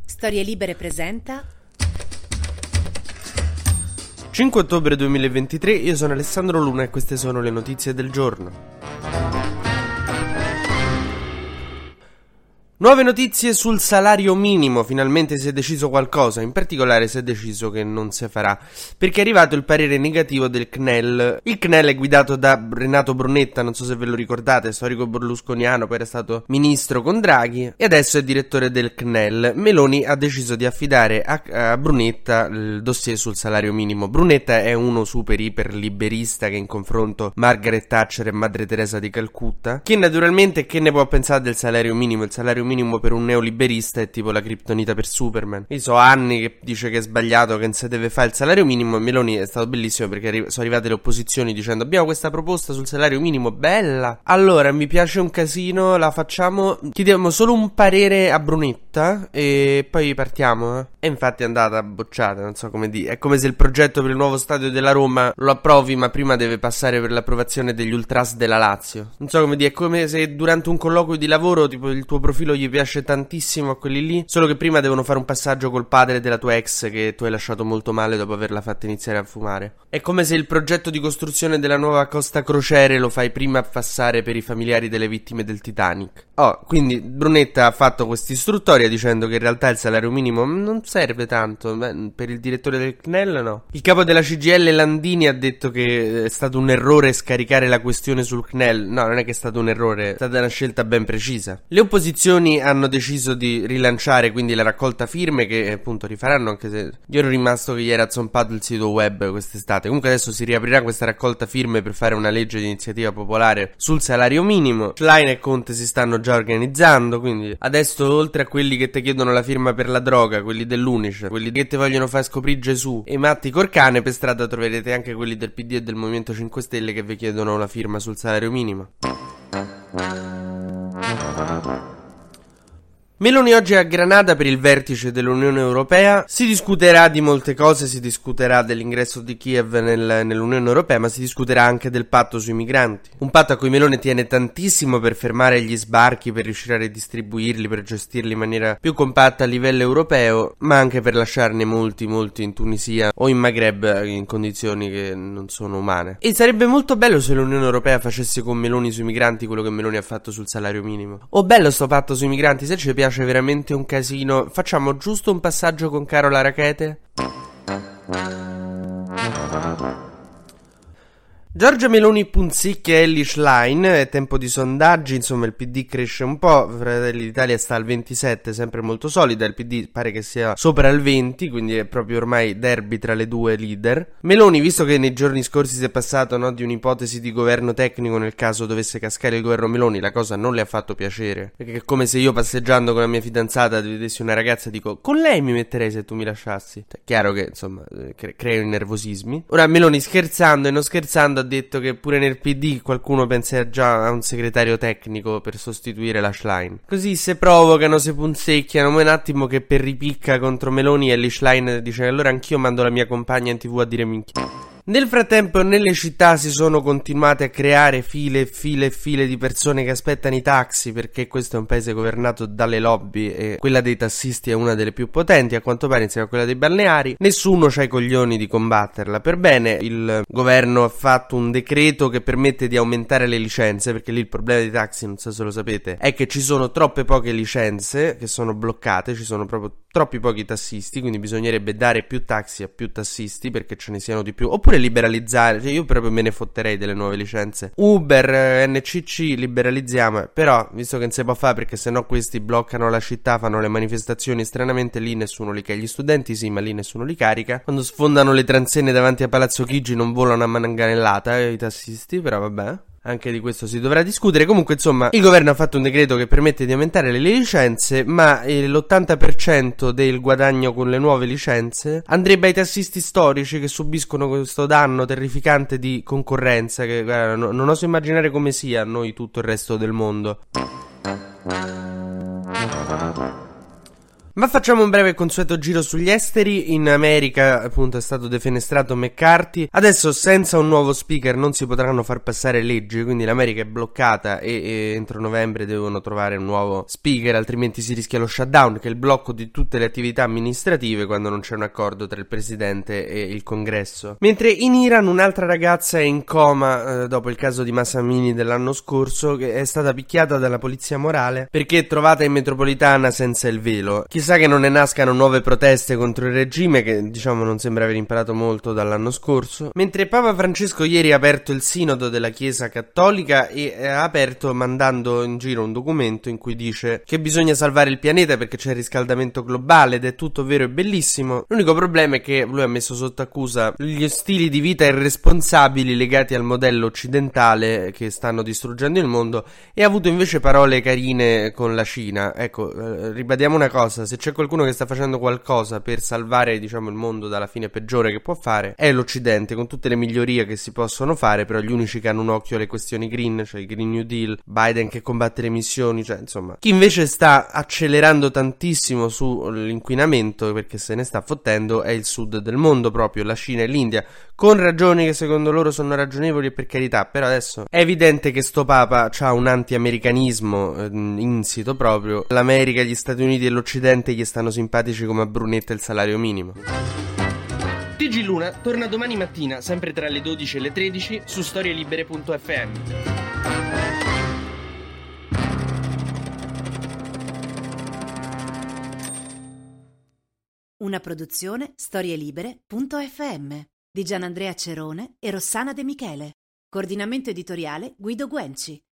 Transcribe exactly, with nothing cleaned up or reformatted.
Storie Libere presenta cinque ottobre duemilaventitré, io sono Alessandro Luna e queste sono le notizie del giorno. Nuove notizie sul salario minimo, finalmente si è deciso qualcosa, in particolare si è deciso che non si farà, perché è arrivato il parere negativo del C N E L. Il C N E L è guidato da Renato Brunetta, non so se ve lo ricordate, storico berlusconiano, poi era stato ministro con Draghi e adesso è direttore del C N E L. Meloni ha deciso di affidare a, a Brunetta il dossier sul salario minimo. Brunetta è uno super iper liberista che in confronto Margaret Thatcher e Madre Teresa di Calcutta, che naturalmente che ne può pensare del salario minimo? Il salario minimo per un neoliberista è tipo la criptonita per Superman. Io so anni che dice che è sbagliato, che non si deve fare il salario minimo, e Meloni è stato bellissimo perché arri- sono arrivate le opposizioni dicendo abbiamo questa proposta sul salario minimo, bella, allora mi piace un casino, la facciamo, chiediamo solo un parere a Brunetta e poi partiamo, eh. E infatti è andata bocciata, non so come dire, è come se il progetto per il nuovo stadio della Roma lo approvi ma prima deve passare per l'approvazione degli ultras della Lazio, non so come dire, è come se durante un colloquio di lavoro tipo il tuo profilo gli piace tantissimo a quelli lì, solo che prima devono fare un passaggio col padre della tua ex che tu hai lasciato molto male dopo averla fatta iniziare a fumare. È come se il progetto di costruzione della nuova Costa Crociere lo fai prima passare per i familiari delle vittime del Titanic. Oh, quindi Brunetta ha fatto questa istruttoria dicendo che in realtà il salario minimo non serve tanto, beh, per il direttore del C N E L no. Il capo della C G I L Landini ha detto che è stato un errore scaricare la questione sul C N E L. No, non è che è stato un errore, è stata una scelta ben precisa. Le opposizioni hanno deciso di rilanciare quindi la raccolta firme che appunto rifaranno, anche se io ero rimasto che gli era zompato il sito web quest'estate. Comunque adesso si riaprirà questa raccolta firme per fare una legge di iniziativa popolare sul salario minimo. Schlein e Conte si stanno già organizzando, quindi adesso oltre a quelli che ti chiedono la firma per la droga, quelli dell'Unice, quelli che ti vogliono far scoprire Gesù e i matti corcane, per strada troverete anche quelli del P D e del Movimento cinque Stelle che vi chiedono la firma sul salario minimo. Meloni oggi è a Granada per il vertice dell'Unione Europea. Si discuterà di molte cose, si discuterà dell'ingresso di Kiev nel, nell'Unione Europea, ma si discuterà anche del patto sui migranti. Un patto a cui Meloni tiene tantissimo per fermare gli sbarchi, per riuscire a redistribuirli, per gestirli in maniera più compatta a livello europeo, ma anche per lasciarne molti, molti in Tunisia o in Maghreb in condizioni che non sono umane. E sarebbe molto bello se l'Unione Europea facesse con Meloni sui migranti quello che Meloni ha fatto sul salario minimo. O bello sto patto sui migranti, se ci piace piace veramente un casino, facciamo giusto un passaggio con Carola Rackete? Giorgia Meloni punzicchia Elly Schlein, è tempo di sondaggi, insomma il P D cresce un po', Fratelli d'Italia sta al ventisette, sempre molto solida, il P D pare che sia sopra il venti, quindi è proprio ormai derby tra le due leader. Meloni, visto che nei giorni scorsi si è passato, no, di un'ipotesi di governo tecnico nel caso dovesse cascare il governo Meloni, la cosa non le ha fatto piacere, perché è come se io passeggiando con la mia fidanzata vedessi una ragazza e dico con lei mi metterei se tu mi lasciassi. È chiaro che insomma cre- creo i nervosismi. Ora Meloni scherzando e non scherzando ha detto che pure nel P D qualcuno pensa già a un segretario tecnico per sostituire la Schlein. Così se provocano, se punzecchiano, ma un attimo che per ripicca contro Meloni Elly Schlein dice allora anch'io mando la mia compagna in tv a dire minchia. Nel frattempo nelle città si sono continuate a creare file e file e file di persone che aspettano i taxi, perché questo è un paese governato dalle lobby e quella dei tassisti è una delle più potenti, a quanto pare insieme a quella dei balneari. Nessuno c'ha i coglioni di combatterla. Per bene il governo ha fatto un decreto che permette di aumentare le licenze, perché lì il problema dei taxi, non so se lo sapete, è che ci sono troppe poche licenze che sono bloccate, ci sono proprio troppi pochi tassisti, quindi bisognerebbe dare più taxi a più tassisti perché ce ne siano di più, oppure liberalizzare, cioè io proprio me ne fotterei delle nuove licenze. Uber, N C C, liberalizziamo, però visto che non si può fare perché sennò questi bloccano la città, fanno le manifestazioni, stranamente lì nessuno li carica, gli studenti sì, ma lì nessuno li carica. Quando sfondano le transenne davanti a Palazzo Chigi non volano a manganellata eh, i tassisti, però vabbè. Anche di questo si dovrà discutere. Comunque insomma il governo ha fatto un decreto che permette di aumentare le licenze, ma eh, l'ottanta per cento del guadagno con le nuove licenze andrebbe ai tassisti storici che subiscono questo danno terrificante di concorrenza che guarda, no, non oso immaginare come sia a noi tutto il resto del mondo. Ma facciamo un breve e consueto giro sugli esteri. In America appunto è stato defenestrato McCarthy. Adesso senza un nuovo speaker non si potranno far passare leggi, quindi l'America è bloccata e, e entro novembre devono trovare un nuovo speaker, altrimenti si rischia lo shutdown, che è il blocco di tutte le attività amministrative quando non c'è un accordo tra il presidente e il congresso. Mentre in Iran un'altra ragazza è in coma eh, dopo il caso di Mahsa Amini dell'anno scorso, che è stata picchiata dalla polizia morale perché è trovata in metropolitana senza il velo. Chissà che non ne nascano nuove proteste contro il regime, che diciamo non sembra aver imparato molto dall'anno scorso. Mentre Papa Francesco ieri ha aperto il sinodo della Chiesa Cattolica e ha aperto mandando in giro un documento in cui dice che bisogna salvare il pianeta perché c'è il riscaldamento globale ed è tutto vero e bellissimo. L'unico problema è che lui ha messo sotto accusa gli stili di vita irresponsabili legati al modello occidentale che stanno distruggendo il mondo e ha avuto invece parole carine con la Cina. Ecco, eh, ribadiamo una cosa: se c'è qualcuno che sta facendo qualcosa per salvare, diciamo, il mondo dalla fine peggiore che può fare, è l'Occidente, con tutte le migliorie che si possono fare, però gli unici che hanno un occhio alle questioni green, cioè il Green New Deal, Biden che combatte le emissioni, cioè insomma, chi invece sta accelerando tantissimo sull'inquinamento perché se ne sta fottendo è il sud del mondo, proprio la Cina e l'India, con ragioni che secondo loro sono ragionevoli e per carità, però adesso è evidente che sto Papa ha un anti-americanismo eh, insito proprio. L'America, gli Stati Uniti e l'Occidente gli stanno simpatici come a Brunetta il salario minimo. T G Luna torna domani mattina, sempre tra le dodici e le tredici, su storielibere punto effe emme. Una produzione storielibere punto effe emme di Gianandrea Cerone e Rossana De Michele. Coordinamento editoriale Guido Guenci.